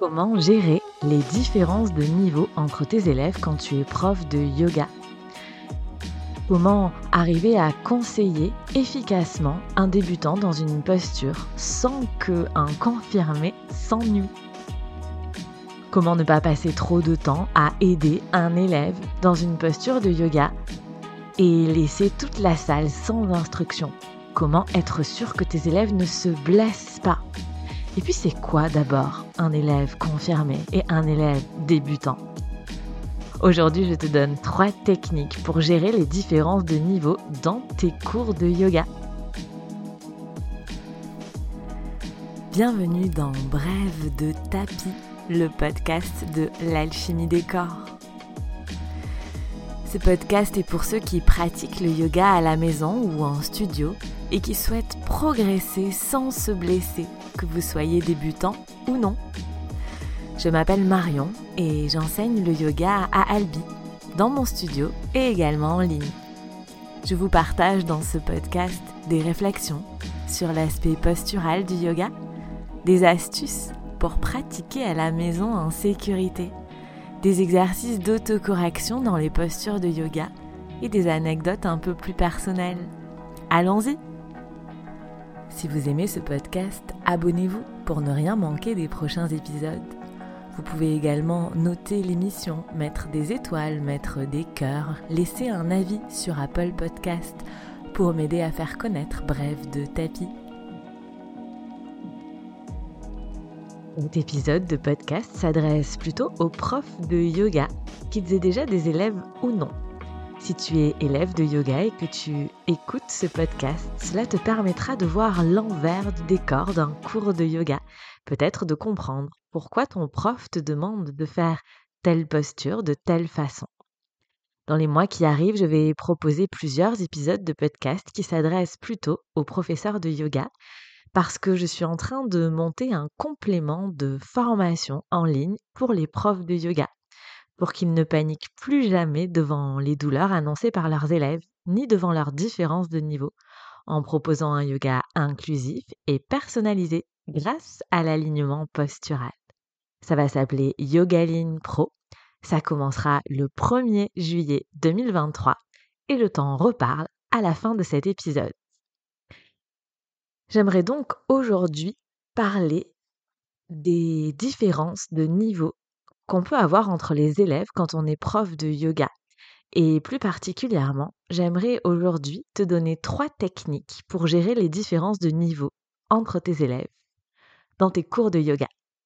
Comment gérer les différences de niveau entre tes élèves quand tu es prof de yoga? Comment arriver à conseiller efficacement un débutant dans une posture sans qu'un confirmé s'ennuie? Comment ne pas passer trop de temps à aider un élève dans une posture de yoga et laisser toute la salle sans instruction? Comment être sûr que tes élèves ne se blessent pas? Et puis c'est quoi d'abord un élève confirmé et un élève débutant? Aujourd'hui, je te donne 3 techniques pour gérer les différences de niveau dans tes cours de yoga. Bienvenue dans Brève de tapis, le podcast de l'alchimie des corps. Ce podcast est pour ceux qui pratiquent le yoga à la maison ou en studio et qui souhaitent progresser sans se blesser, que vous soyez débutant ou non. Je m'appelle Marion et j'enseigne le yoga à Albi, dans mon studio et également en ligne. Je vous partage dans ce podcast des réflexions sur l'aspect postural du yoga, des astuces pour pratiquer à la maison en sécurité, des exercices d'autocorrection dans les postures de yoga et des anecdotes un peu plus personnelles. Allons-y! Si vous aimez ce podcast, abonnez-vous pour ne rien manquer des prochains épisodes. Vous pouvez également noter l'émission, mettre des étoiles, mettre des cœurs, laisser un avis sur Apple Podcast pour m'aider à faire connaître Brève de tapis. Cet épisode de podcast s'adresse plutôt aux profs de yoga, qu'ils aient déjà des élèves ou non. Si tu es élève de yoga et que tu écoutes ce podcast, cela te permettra de voir l'envers du décor d'un cours de yoga, peut-être de comprendre pourquoi ton prof te demande de faire telle posture de telle façon. Dans les mois qui arrivent, je vais proposer plusieurs épisodes de podcast qui s'adressent plutôt aux professeurs de yoga parce que je suis en train de monter un complément de formation en ligne pour les profs de yoga, pour qu'ils ne paniquent plus jamais devant les douleurs annoncées par leurs élèves, ni devant leurs différences de niveau, en proposant un yoga inclusif et personnalisé grâce à l'alignement postural. Ça va s'appeler Yogaline Pro. Ça commencera le 1er juillet 2023 et je t'en reparle à la fin de cet épisode. J'aimerais donc aujourd'hui parler des différences de niveau qu'on peut avoir entre les élèves quand on est prof de yoga. Et plus particulièrement, j'aimerais aujourd'hui te donner 3 techniques pour gérer les différences de niveau entre tes élèves dans tes cours de yoga.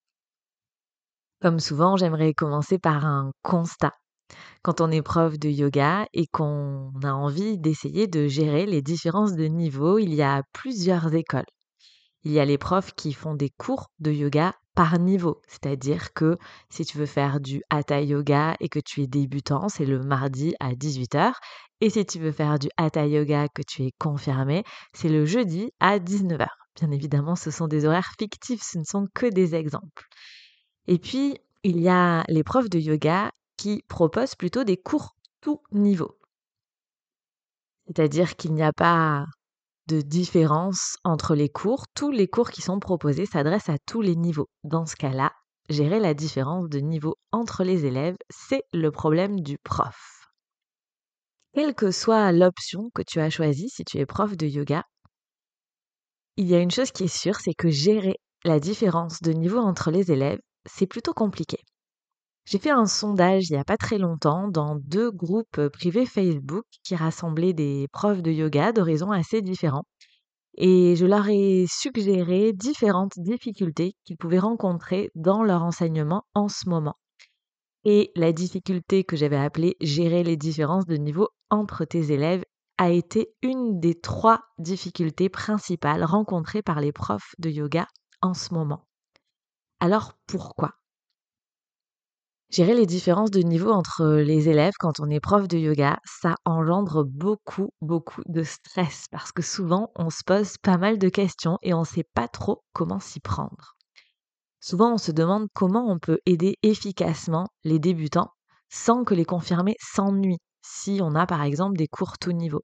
Comme souvent, j'aimerais commencer par un constat. Quand on est prof de yoga et qu'on a envie d'essayer de gérer les différences de niveau, il y a plusieurs écoles. Il y a les profs qui font des cours de yoga par niveau, c'est-à-dire que si tu veux faire du hatha yoga et que tu es débutant, c'est le mardi à 18h. Et si tu veux faire du hatha yoga que tu es confirmé, c'est le jeudi à 19h. Bien évidemment, ce sont des horaires fictifs, ce ne sont que des exemples. Et puis, il y a les profs de yoga qui proposent plutôt des cours tout niveau. C'est-à-dire qu'il n'y a pas de différence entre les cours. Tous les cours qui sont proposés s'adressent à tous les niveaux. Dans ce cas-là, gérer la différence de niveau entre les élèves, c'est le problème du prof. Quelle que soit l'option que tu as choisie si tu es prof de yoga, il y a une chose qui est sûre, c'est que gérer la différence de niveau entre les élèves, c'est plutôt compliqué. J'ai fait un sondage il n'y a pas très longtemps dans 2 groupes privés Facebook qui rassemblaient des profs de yoga d'horizons assez différents. Et je leur ai suggéré différentes difficultés qu'ils pouvaient rencontrer dans leur enseignement en ce moment. Et la difficulté que j'avais appelée gérer les différences de niveau entre tes élèves a été une des 3 difficultés principales rencontrées par les profs de yoga en ce moment. Alors pourquoi? Gérer les différences de niveau entre les élèves quand on est prof de yoga, ça engendre beaucoup de stress parce que souvent on se pose pas mal de questions et on ne sait pas trop comment s'y prendre. Souvent on se demande comment on peut aider efficacement les débutants sans que les confirmés s'ennuient si on a par exemple des cours tout niveau.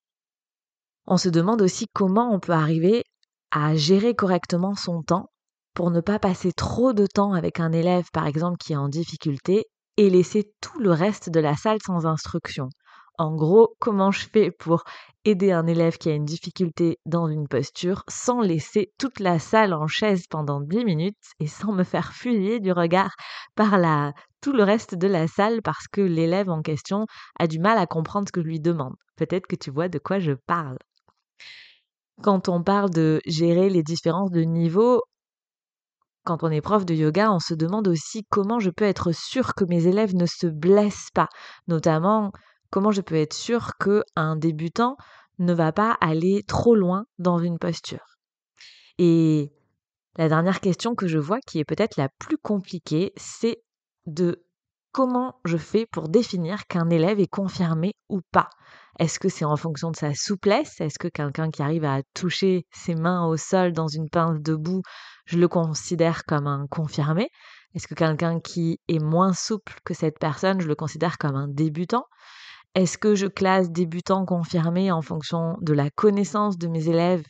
On se demande aussi comment on peut arriver à gérer correctement son temps pour ne pas passer trop de temps avec un élève, par exemple, qui est en difficulté et laisser tout le reste de la salle sans instruction. En gros, comment je fais pour aider un élève qui a une difficulté dans une posture sans laisser toute la salle en chaise pendant 10 minutes et sans me faire fusiller du regard par tout le reste de la salle parce que l'élève en question a du mal à comprendre ce que je lui demande. Peut-être que tu vois de quoi je parle. Quand on parle de gérer les différences de niveau, quand on est prof de yoga, on se demande aussi comment je peux être sûre que mes élèves ne se blessent pas. Notamment, comment je peux être sûre qu'un débutant ne va pas aller trop loin dans une posture. Et la dernière question que je vois, qui est peut-être la plus compliquée, c'est de comment je fais pour définir qu'un élève est confirmé ou pas. Est-ce que c'est en fonction de sa souplesse? Est-ce que quelqu'un qui arrive à toucher ses mains au sol dans une pince debout, je le considère comme un confirmé? Est-ce que quelqu'un qui est moins souple que cette personne, je le considère comme un débutant? Est-ce que je classe débutant confirmé en fonction de la connaissance de mes élèves,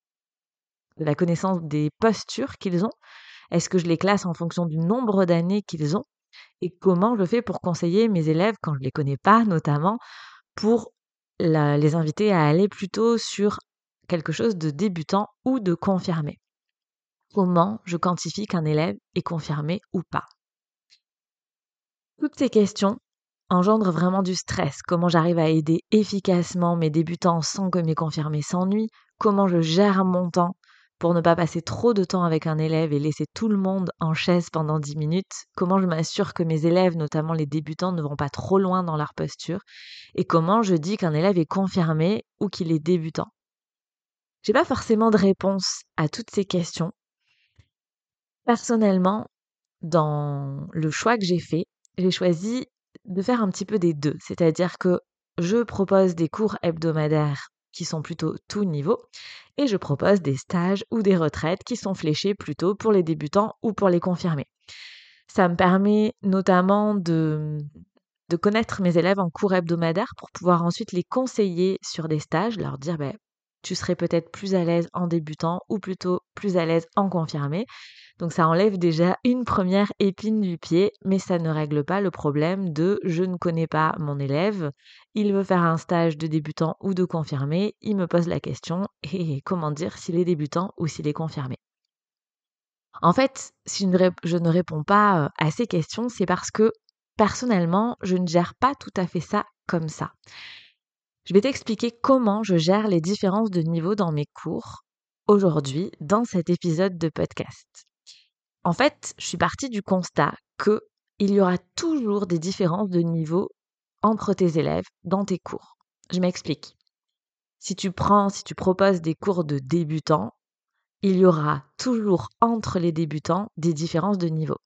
de la connaissance des postures qu'ils ont? Est-ce que je les classe en fonction du nombre d'années qu'ils ont? Et comment je fais pour conseiller mes élèves quand je les connais pas, notamment pour les inviter à aller plutôt sur quelque chose de débutant ou de confirmé? Comment je quantifie qu'un élève est confirmé ou pas? Toutes ces questions engendrent vraiment du stress. Comment j'arrive à aider efficacement mes débutants sans que mes confirmés s'ennuient? Comment je gère mon temps pour ne pas passer trop de temps avec un élève et laisser tout le monde en chaise pendant 10 minutes? Comment je m'assure que mes élèves, notamment les débutants, ne vont pas trop loin dans leur posture? Et comment je dis qu'un élève est confirmé ou qu'il est débutant? J'ai pas forcément de réponse à toutes ces questions. Personnellement, dans le choix que j'ai choisi de faire un petit peu des deux. C'est-à-dire que je propose des cours hebdomadaires qui sont plutôt tout niveau et je propose des stages ou des retraites qui sont fléchés plutôt pour les débutants ou pour les confirmés. Ça me permet notamment de connaître mes élèves en cours hebdomadaire pour pouvoir ensuite les conseiller sur des stages, leur dire tu serais peut-être plus à l'aise en débutant ou plutôt plus à l'aise en confirmé. Donc ça enlève déjà une première épine du pied, mais ça ne règle pas le problème de je ne connais pas mon élève, il veut faire un stage de débutant ou de confirmé, il me pose la question et comment dire s'il est débutant ou s'il est confirmé. En fait, si je ne réponds pas à ces questions, c'est parce que personnellement, je ne gère pas tout à fait ça comme ça. Je vais t'expliquer comment je gère les différences de niveau dans mes cours aujourd'hui dans cet épisode de podcast. En fait, je suis partie du constat qu'il y aura toujours des différences de niveau entre tes élèves dans tes cours. Je m'explique. Si tu proposes des cours de débutants, il y aura toujours entre les débutants des différences de niveau.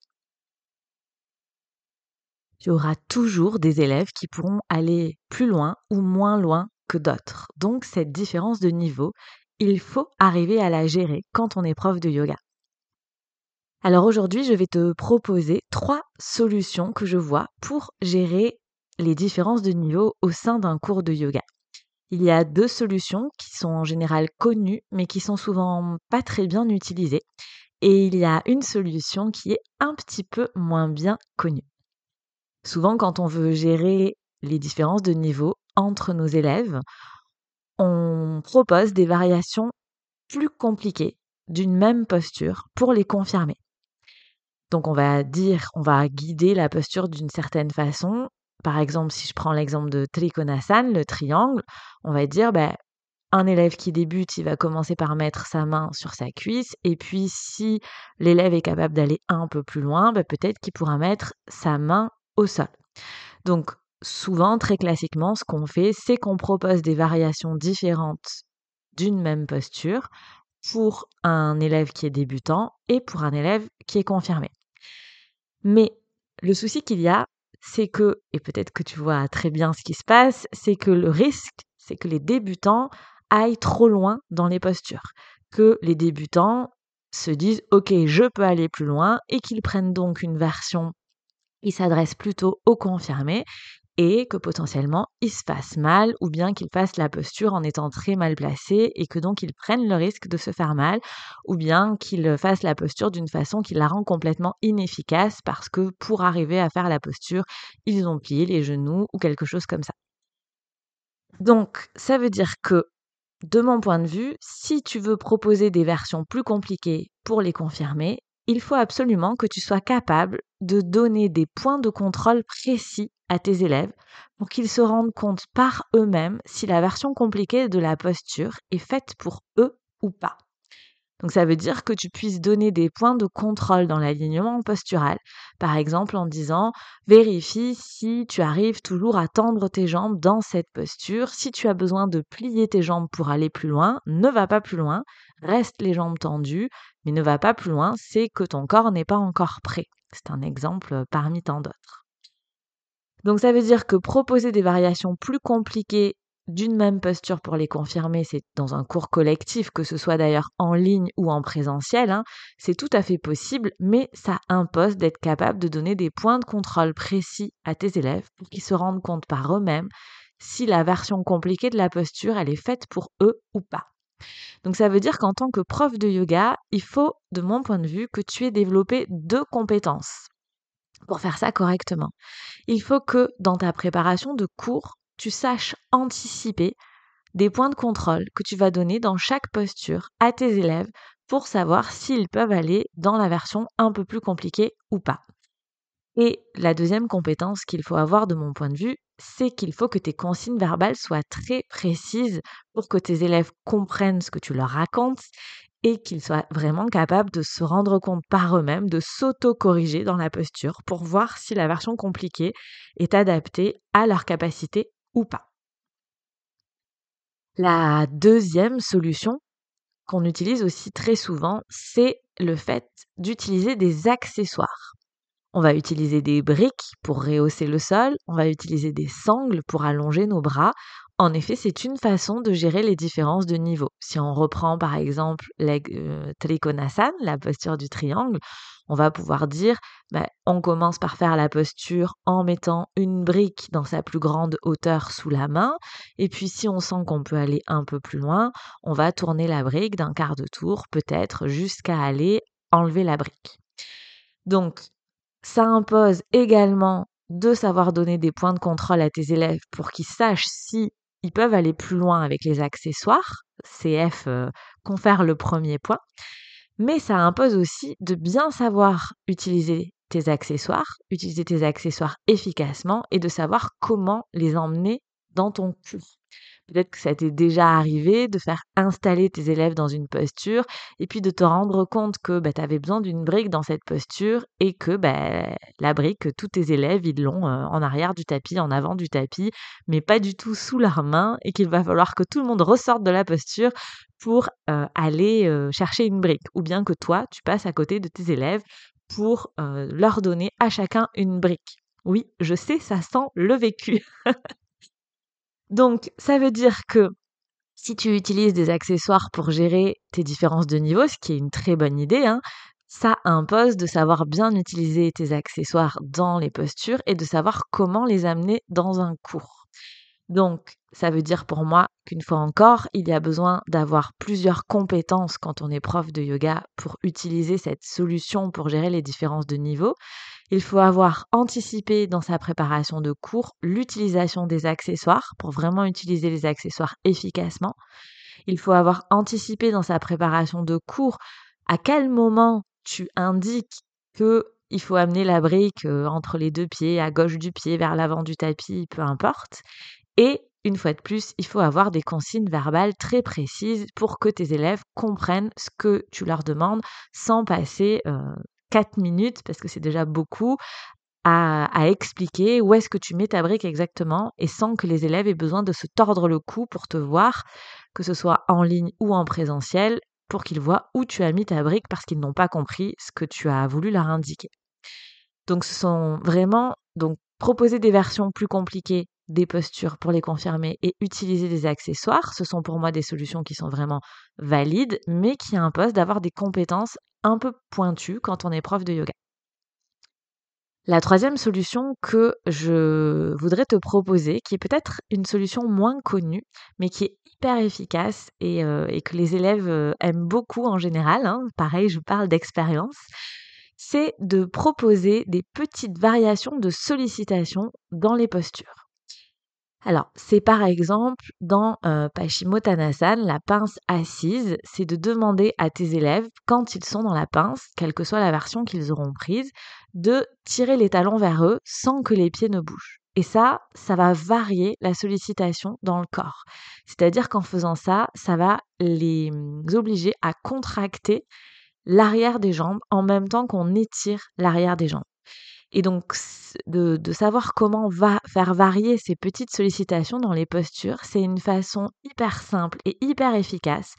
Il y aura toujours des élèves qui pourront aller plus loin ou moins loin que d'autres. Donc cette différence de niveau, il faut arriver à la gérer quand on est prof de yoga. Alors aujourd'hui, je vais te proposer 3 solutions que je vois pour gérer les différences de niveau au sein d'un cours de yoga. Il y a 2 solutions qui sont en général connues, mais qui sont souvent pas très bien utilisées. Et il y a une solution qui est un petit peu moins bien connue. Souvent, quand on veut gérer les différences de niveau entre nos élèves, on propose des variations plus compliquées d'une même posture pour les confirmer. Donc on va guider la posture d'une certaine façon. Par exemple, si je prends l'exemple de Trikonasana, le triangle, on va dire un élève qui débute, il va commencer par mettre sa main sur sa cuisse et puis si l'élève est capable d'aller un peu plus loin, peut-être qu'il pourra mettre sa main au sol. Donc souvent, très classiquement, ce qu'on fait, c'est qu'on propose des variations différentes d'une même posture pour un élève qui est débutant et pour un élève qui est confirmé. Mais le souci qu'il y a, c'est que, et peut-être que tu vois très bien ce qui se passe, c'est que le risque, c'est que les débutants aillent trop loin dans les postures. Que les débutants se disent « Ok, je peux aller plus loin » et qu'ils prennent donc une version qui s'adresse plutôt aux confirmés et que potentiellement il se fasse mal ou bien qu'il fasse la posture en étant très mal placé et que donc il prenne le risque de se faire mal ou bien qu'il fasse la posture d'une façon qui la rend complètement inefficace parce que pour arriver à faire la posture, ils ont plié les genoux ou quelque chose comme ça. Donc, ça veut dire que, de mon point de vue, si tu veux proposer des versions plus compliquées pour les confirmer, il faut absolument que tu sois capable de donner des points de contrôle précis à tes élèves pour qu'ils se rendent compte par eux-mêmes si la version compliquée de la posture est faite pour eux ou pas. Donc ça veut dire que tu puisses donner des points de contrôle dans l'alignement postural. Par exemple en disant vérifie si tu arrives toujours à tendre tes jambes dans cette posture. Si tu as besoin de plier tes jambes pour aller plus loin, ne va pas plus loin. Reste les jambes tendues, mais ne va pas plus loin. C'est que ton corps n'est pas encore prêt. C'est un exemple parmi tant d'autres. Donc ça veut dire que proposer des variations plus compliquées d'une même posture pour les confirmer, c'est dans un cours collectif, que ce soit d'ailleurs en ligne ou en présentiel, hein, c'est tout à fait possible, mais ça impose d'être capable de donner des points de contrôle précis à tes élèves pour qu'ils se rendent compte par eux-mêmes si la version compliquée de la posture, elle est faite pour eux ou pas. Donc ça veut dire qu'en tant que prof de yoga, il faut, de mon point de vue, que tu aies développé 2 compétences pour faire ça correctement. Il faut que dans ta préparation de cours, tu saches anticiper des points de contrôle que tu vas donner dans chaque posture à tes élèves pour savoir s'ils peuvent aller dans la version un peu plus compliquée ou pas. Et la deuxième compétence qu'il faut avoir de mon point de vue, c'est qu'il faut que tes consignes verbales soient très précises pour que tes élèves comprennent ce que tu leur racontes et qu'ils soient vraiment capables de se rendre compte par eux-mêmes, de s'auto-corriger dans la posture pour voir si la version compliquée est adaptée à leur capacité ou pas. La deuxième solution qu'on utilise aussi très souvent, c'est le fait d'utiliser des accessoires. On va utiliser des briques pour rehausser le sol, on va utiliser des sangles pour allonger nos bras. En effet, c'est une façon de gérer les différences de niveau. Si on reprend par exemple Trikonasana, la posture du triangle, on va pouvoir dire on commence par faire la posture en mettant une brique dans sa plus grande hauteur sous la main. Et puis si on sent qu'on peut aller un peu plus loin, on va tourner la brique d'un quart de tour, peut-être jusqu'à aller enlever la brique. Donc, ça impose également de savoir donner des points de contrôle à tes élèves pour qu'ils sachent si ils peuvent aller plus loin avec les accessoires. CF confère le premier point. Mais ça impose aussi de bien savoir utiliser tes accessoires efficacement et de savoir comment les emmener dans ton cours. Peut-être que ça t'est déjà arrivé de faire installer tes élèves dans une posture et puis de te rendre compte que tu avais besoin d'une brique dans cette posture et que la brique, tous tes élèves, ils l'ont en arrière du tapis, en avant du tapis, mais pas du tout sous leurs mains et qu'il va falloir que tout le monde ressorte de la posture pour aller chercher une brique. Ou bien que toi, tu passes à côté de tes élèves pour leur donner à chacun une brique. Oui, je sais, ça sent le vécu. Donc, ça veut dire que si tu utilises des accessoires pour gérer tes différences de niveau, ce qui est une très bonne idée, hein, ça impose de savoir bien utiliser tes accessoires dans les postures et de savoir comment les amener dans un cours. Donc, ça veut dire pour moi qu'une fois encore, il y a besoin d'avoir plusieurs compétences quand on est prof de yoga pour utiliser cette solution pour gérer les différences de niveau. Il faut avoir anticipé dans sa préparation de cours l'utilisation des accessoires pour vraiment utiliser les accessoires efficacement. Il faut avoir anticipé dans sa préparation de cours à quel moment tu indiques que il faut amener la brique entre les deux pieds, à gauche du pied, vers l'avant du tapis, peu importe. Et une fois de plus, il faut avoir des consignes verbales très précises pour que tes élèves comprennent ce que tu leur demandes sans passer 4 minutes, parce que c'est déjà beaucoup, à expliquer où est-ce que tu mets ta brique exactement et sans que les élèves aient besoin de se tordre le cou pour te voir, que ce soit en ligne ou en présentiel, pour qu'ils voient où tu as mis ta brique parce qu'ils n'ont pas compris ce que tu as voulu leur indiquer. Donc ce sont vraiment proposer des versions plus compliquées des postures pour les confirmer et utiliser des accessoires, ce sont pour moi des solutions qui sont vraiment valides, mais qui imposent d'avoir des compétences un peu pointues quand on est prof de yoga. La troisième solution que je voudrais te proposer, qui est peut-être une solution moins connue, mais qui est hyper efficace et que les élèves aiment beaucoup en général, hein, pareil, je parle d'expérience, c'est de proposer des petites variations de sollicitation dans les postures. Alors, c'est par exemple dans Paschimottanasana, la pince assise, c'est de demander à tes élèves, quand ils sont dans la pince, quelle que soit la version qu'ils auront prise, de tirer les talons vers eux sans que les pieds ne bougent. Et ça va varier la sollicitation dans le corps. C'est-à-dire qu'en faisant ça, ça va les obliger à contracter l'arrière des jambes en même temps qu'on étire l'arrière des jambes. Et donc, de savoir comment va faire varier ces petites sollicitations dans les postures, c'est une façon hyper simple et hyper efficace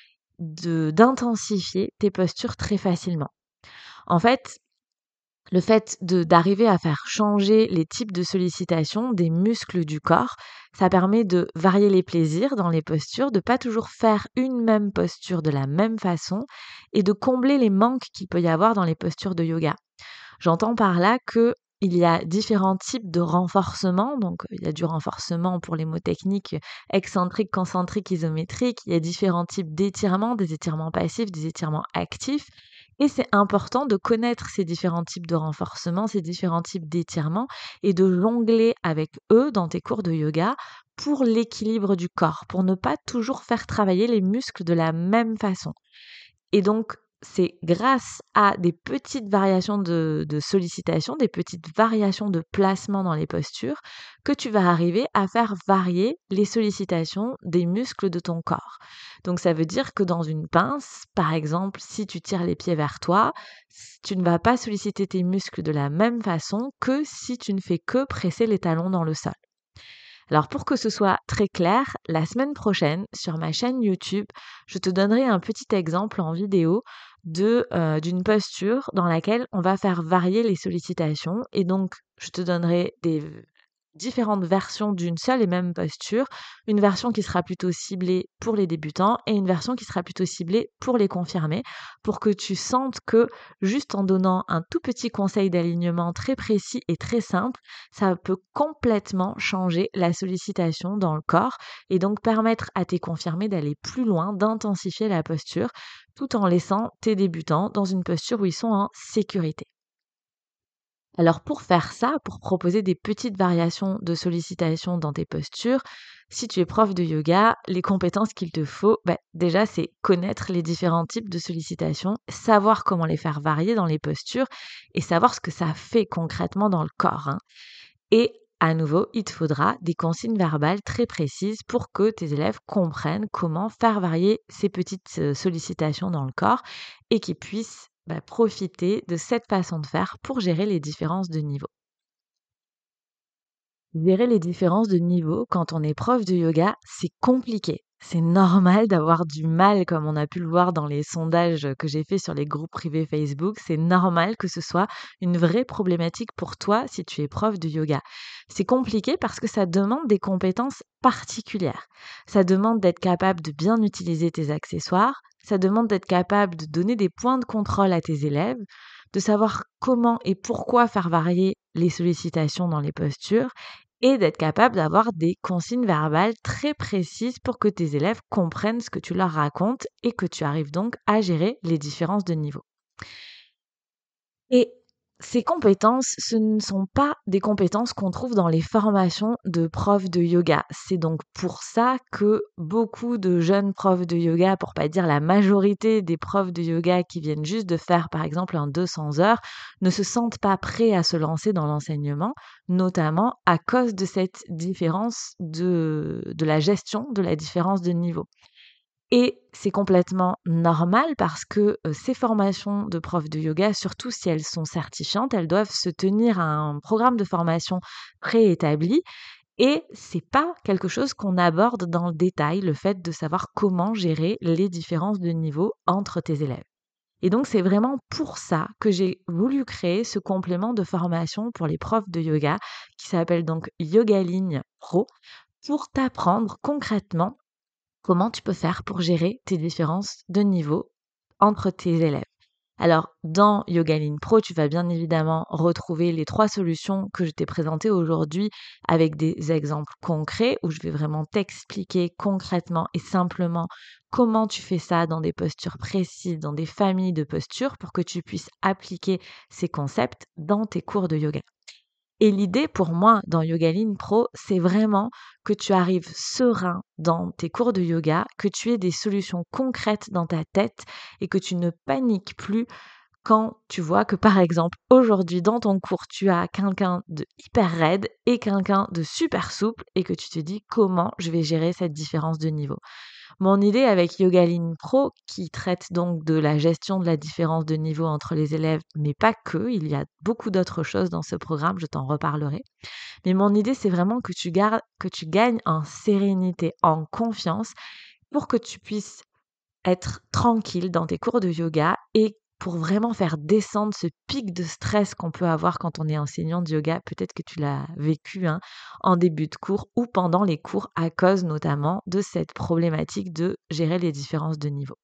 d'intensifier tes postures très facilement. En fait, le fait d'arriver à faire changer les types de sollicitations des muscles du corps, ça permet de varier les plaisirs dans les postures, de pas toujours faire une même posture de la même façon et de combler les manques qu'il peut y avoir dans les postures de yoga. J'entends par là que il y a différents types de renforcement. Donc, il y a du renforcement pour les mots techniques excentrique, concentrique, isométrique. Il y a différents types d'étirements, des étirements passifs, des étirements actifs. Et c'est important de connaître ces différents types de renforcement, ces différents types d'étirements et de jongler avec eux dans tes cours de yoga pour l'équilibre du corps, pour ne pas toujours faire travailler les muscles de la même façon. Et donc, c'est grâce à des petites variations de sollicitation, des petites variations de placement dans les postures, que tu vas arriver à faire varier les sollicitations des muscles de ton corps. Donc, ça veut dire que dans une pince, par exemple, si tu tires les pieds vers toi, tu ne vas pas solliciter tes muscles de la même façon que si tu ne fais que presser les talons dans le sol. Alors pour que ce soit très clair, la semaine prochaine, sur ma chaîne YouTube, je te donnerai un petit exemple en vidéo d'une posture dans laquelle on va faire varier les sollicitations. Et donc, je te donnerai des différentes versions d'une seule et même posture, une version qui sera plutôt ciblée pour les débutants et une version qui sera plutôt ciblée pour les confirmés, pour que tu sentes que juste en donnant un tout petit conseil d'alignement très précis et très simple, ça peut complètement changer la sollicitation dans le corps et donc permettre à tes confirmés d'aller plus loin, d'intensifier la posture, tout en laissant tes débutants dans une posture où ils sont en sécurité. Alors pour faire ça, pour proposer des petites variations de sollicitation dans tes postures, si tu es prof de yoga, les compétences qu'il te faut, déjà c'est connaître les différents types de sollicitations, savoir comment les faire varier dans les postures et savoir ce que ça fait concrètement dans le corps, hein. Et à nouveau, il te faudra des consignes verbales très précises pour que tes élèves comprennent comment faire varier ces petites sollicitations dans le corps et qu'ils puissent profiter de cette façon de faire pour gérer les différences de niveau. Gérer les différences de niveau quand on est prof de yoga, c'est compliqué. C'est normal d'avoir du mal, comme on a pu le voir dans les sondages que j'ai faits sur les groupes privés Facebook. C'est normal que ce soit une vraie problématique pour toi si tu es prof de yoga. C'est compliqué parce que ça demande des compétences particulières. Ça demande d'être capable de bien utiliser tes accessoires. Ça demande d'être capable de donner des points de contrôle à tes élèves, de savoir comment et pourquoi faire varier les sollicitations dans les postures et d'être capable d'avoir des consignes verbales très précises pour que tes élèves comprennent ce que tu leur racontes et que tu arrives donc à gérer les différences de niveau. Et ces compétences, ce ne sont pas des compétences qu'on trouve dans les formations de profs de yoga. C'est donc pour ça que beaucoup de jeunes profs de yoga, pour pas dire la majorité des profs de yoga qui viennent juste de faire par exemple un 200 heures, ne se sentent pas prêts à se lancer dans l'enseignement, notamment à cause de cette différence de la gestion de la différence de niveau. Et c'est complètement normal parce que ces formations de profs de yoga, surtout si elles sont certifiantes, elles doivent se tenir à un programme de formation préétabli et c'est pas quelque chose qu'on aborde dans le détail, le fait de savoir comment gérer les différences de niveau entre tes élèves. Et donc c'est vraiment pour ça que j'ai voulu créer ce complément de formation pour les profs de yoga qui s'appelle donc Yoga Ligne Pro pour t'apprendre concrètement comment tu peux faire pour gérer tes différences de niveau entre tes élèves. Alors, dans Yogaline Pro, tu vas bien évidemment retrouver les 3 solutions que je t'ai présentées aujourd'hui avec des exemples concrets où je vais vraiment t'expliquer concrètement et simplement comment tu fais ça dans des postures précises, dans des familles de postures pour que tu puisses appliquer ces concepts dans tes cours de yoga. Et l'idée pour moi dans Yogaline Pro, c'est vraiment que tu arrives serein dans tes cours de yoga, que tu aies des solutions concrètes dans ta tête et que tu ne paniques plus quand tu vois que par exemple aujourd'hui dans ton cours tu as quelqu'un de hyper raide et quelqu'un de super souple et que tu te dis comment je vais gérer cette différence de niveau. Mon idée avec Yogaline Pro, qui traite donc de la gestion de la différence de niveau entre les élèves, mais pas que, il y a beaucoup d'autres choses dans ce programme, je t'en reparlerai. Mais mon idée, c'est vraiment que tu gagnes en sérénité, en confiance, pour que tu puisses être tranquille dans tes cours de yoga et pour vraiment faire descendre ce pic de stress qu'on peut avoir quand on est enseignant de yoga. Peut-être que tu l'as vécu en début de cours ou pendant les cours à cause notamment de cette problématique de gérer les différences de niveau.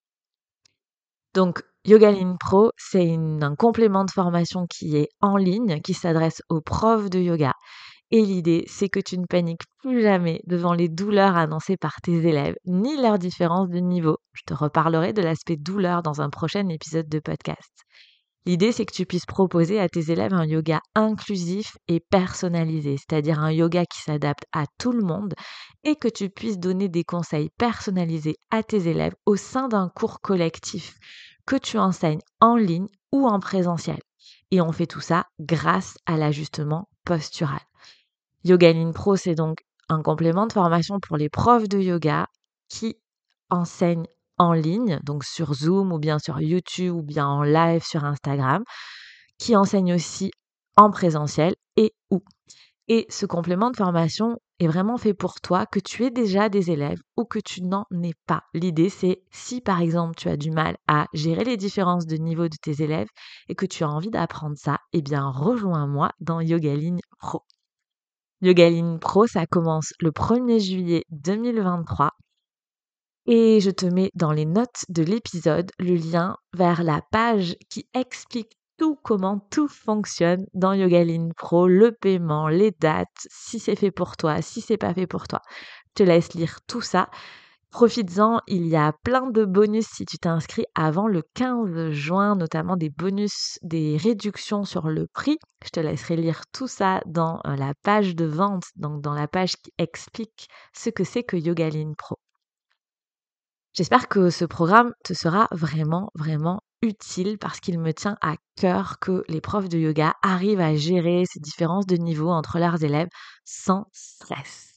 Donc, Yogaline Pro, c'est un complément de formation qui est en ligne, qui s'adresse aux profs de yoga. Et l'idée, c'est que tu ne paniques plus jamais devant les douleurs annoncées par tes élèves, ni leurs différences de niveau. Je te reparlerai de l'aspect douleur dans un prochain épisode de podcast. L'idée, c'est que tu puisses proposer à tes élèves un yoga inclusif et personnalisé, c'est-à-dire un yoga qui s'adapte à tout le monde et que tu puisses donner des conseils personnalisés à tes élèves au sein d'un cours collectif que tu enseignes en ligne ou en présentiel. Et on fait tout ça grâce à l'ajustement postural. Yogaline Pro, c'est donc un complément de formation pour les profs de yoga qui enseignent en ligne, donc sur Zoom ou bien sur YouTube ou bien en live sur Instagram, qui enseignent aussi en présentiel et où. Et ce complément de formation est vraiment fait pour toi, que tu aies déjà des élèves ou que tu n'en aies pas. L'idée, c'est si par exemple tu as du mal à gérer les différences de niveau de tes élèves et que tu as envie d'apprendre ça, eh bien rejoins-moi dans Yogaline Pro. Yogaline Pro, ça commence le 1er juillet 2023 et je te mets dans les notes de l'épisode le lien vers la page qui explique comment tout fonctionne dans Yogaline Pro, le paiement, les dates, si c'est fait pour toi, si c'est pas fait pour toi. Je te laisse lire tout ça. Profites-en, il y a plein de bonus si tu t'inscris avant le 15 juin, notamment des bonus, des réductions sur le prix. Je te laisserai lire tout ça dans la page de vente, donc dans la page qui explique ce que c'est que Yogaline Pro. J'espère que ce programme te sera vraiment, vraiment utile parce qu'il me tient à cœur que les profs de yoga arrivent à gérer ces différences de niveau entre leurs élèves sans stress.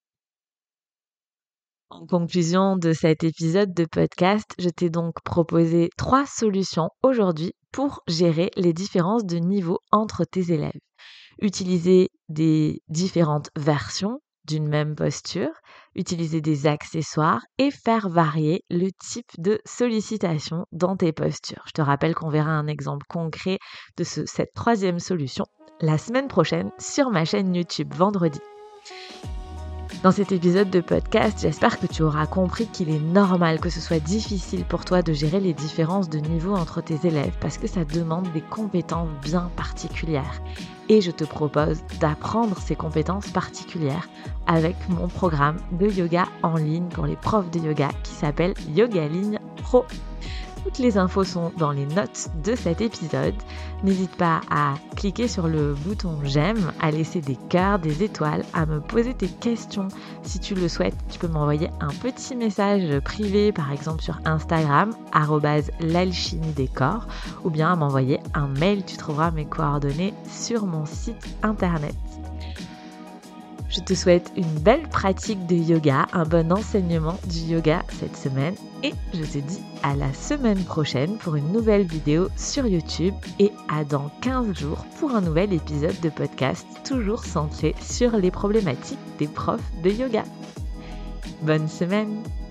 En conclusion de cet épisode de podcast, je t'ai donc proposé 3 solutions aujourd'hui pour gérer les différences de niveau entre tes élèves. Utiliser des différentes versions d'une même posture, utiliser des accessoires et faire varier le type de sollicitation dans tes postures. Je te rappelle qu'on verra un exemple concret de cette 3e solution la semaine prochaine sur ma chaîne YouTube vendredi. Dans cet épisode de podcast, j'espère que tu auras compris qu'il est normal que ce soit difficile pour toi de gérer les différences de niveau entre tes élèves parce que ça demande des compétences bien particulières. Et je te propose d'apprendre ces compétences particulières avec mon programme de yoga en ligne pour les profs de yoga qui s'appelle Yogaline Pro. Toutes les infos sont dans les notes de cet épisode. N'hésite pas à cliquer sur le bouton j'aime, à laisser des cœurs, des étoiles, à me poser tes questions. Si tu le souhaites, tu peux m'envoyer un petit message privé, par exemple sur Instagram, @l'alchimie-des-corps, ou bien à m'envoyer un mail. Tu trouveras mes coordonnées sur mon site internet. Je te souhaite une belle pratique de yoga, un bon enseignement du yoga cette semaine et je te dis à la semaine prochaine pour une nouvelle vidéo sur YouTube et à dans 15 jours pour un nouvel épisode de podcast toujours centré sur les problématiques des profs de yoga. Bonne semaine!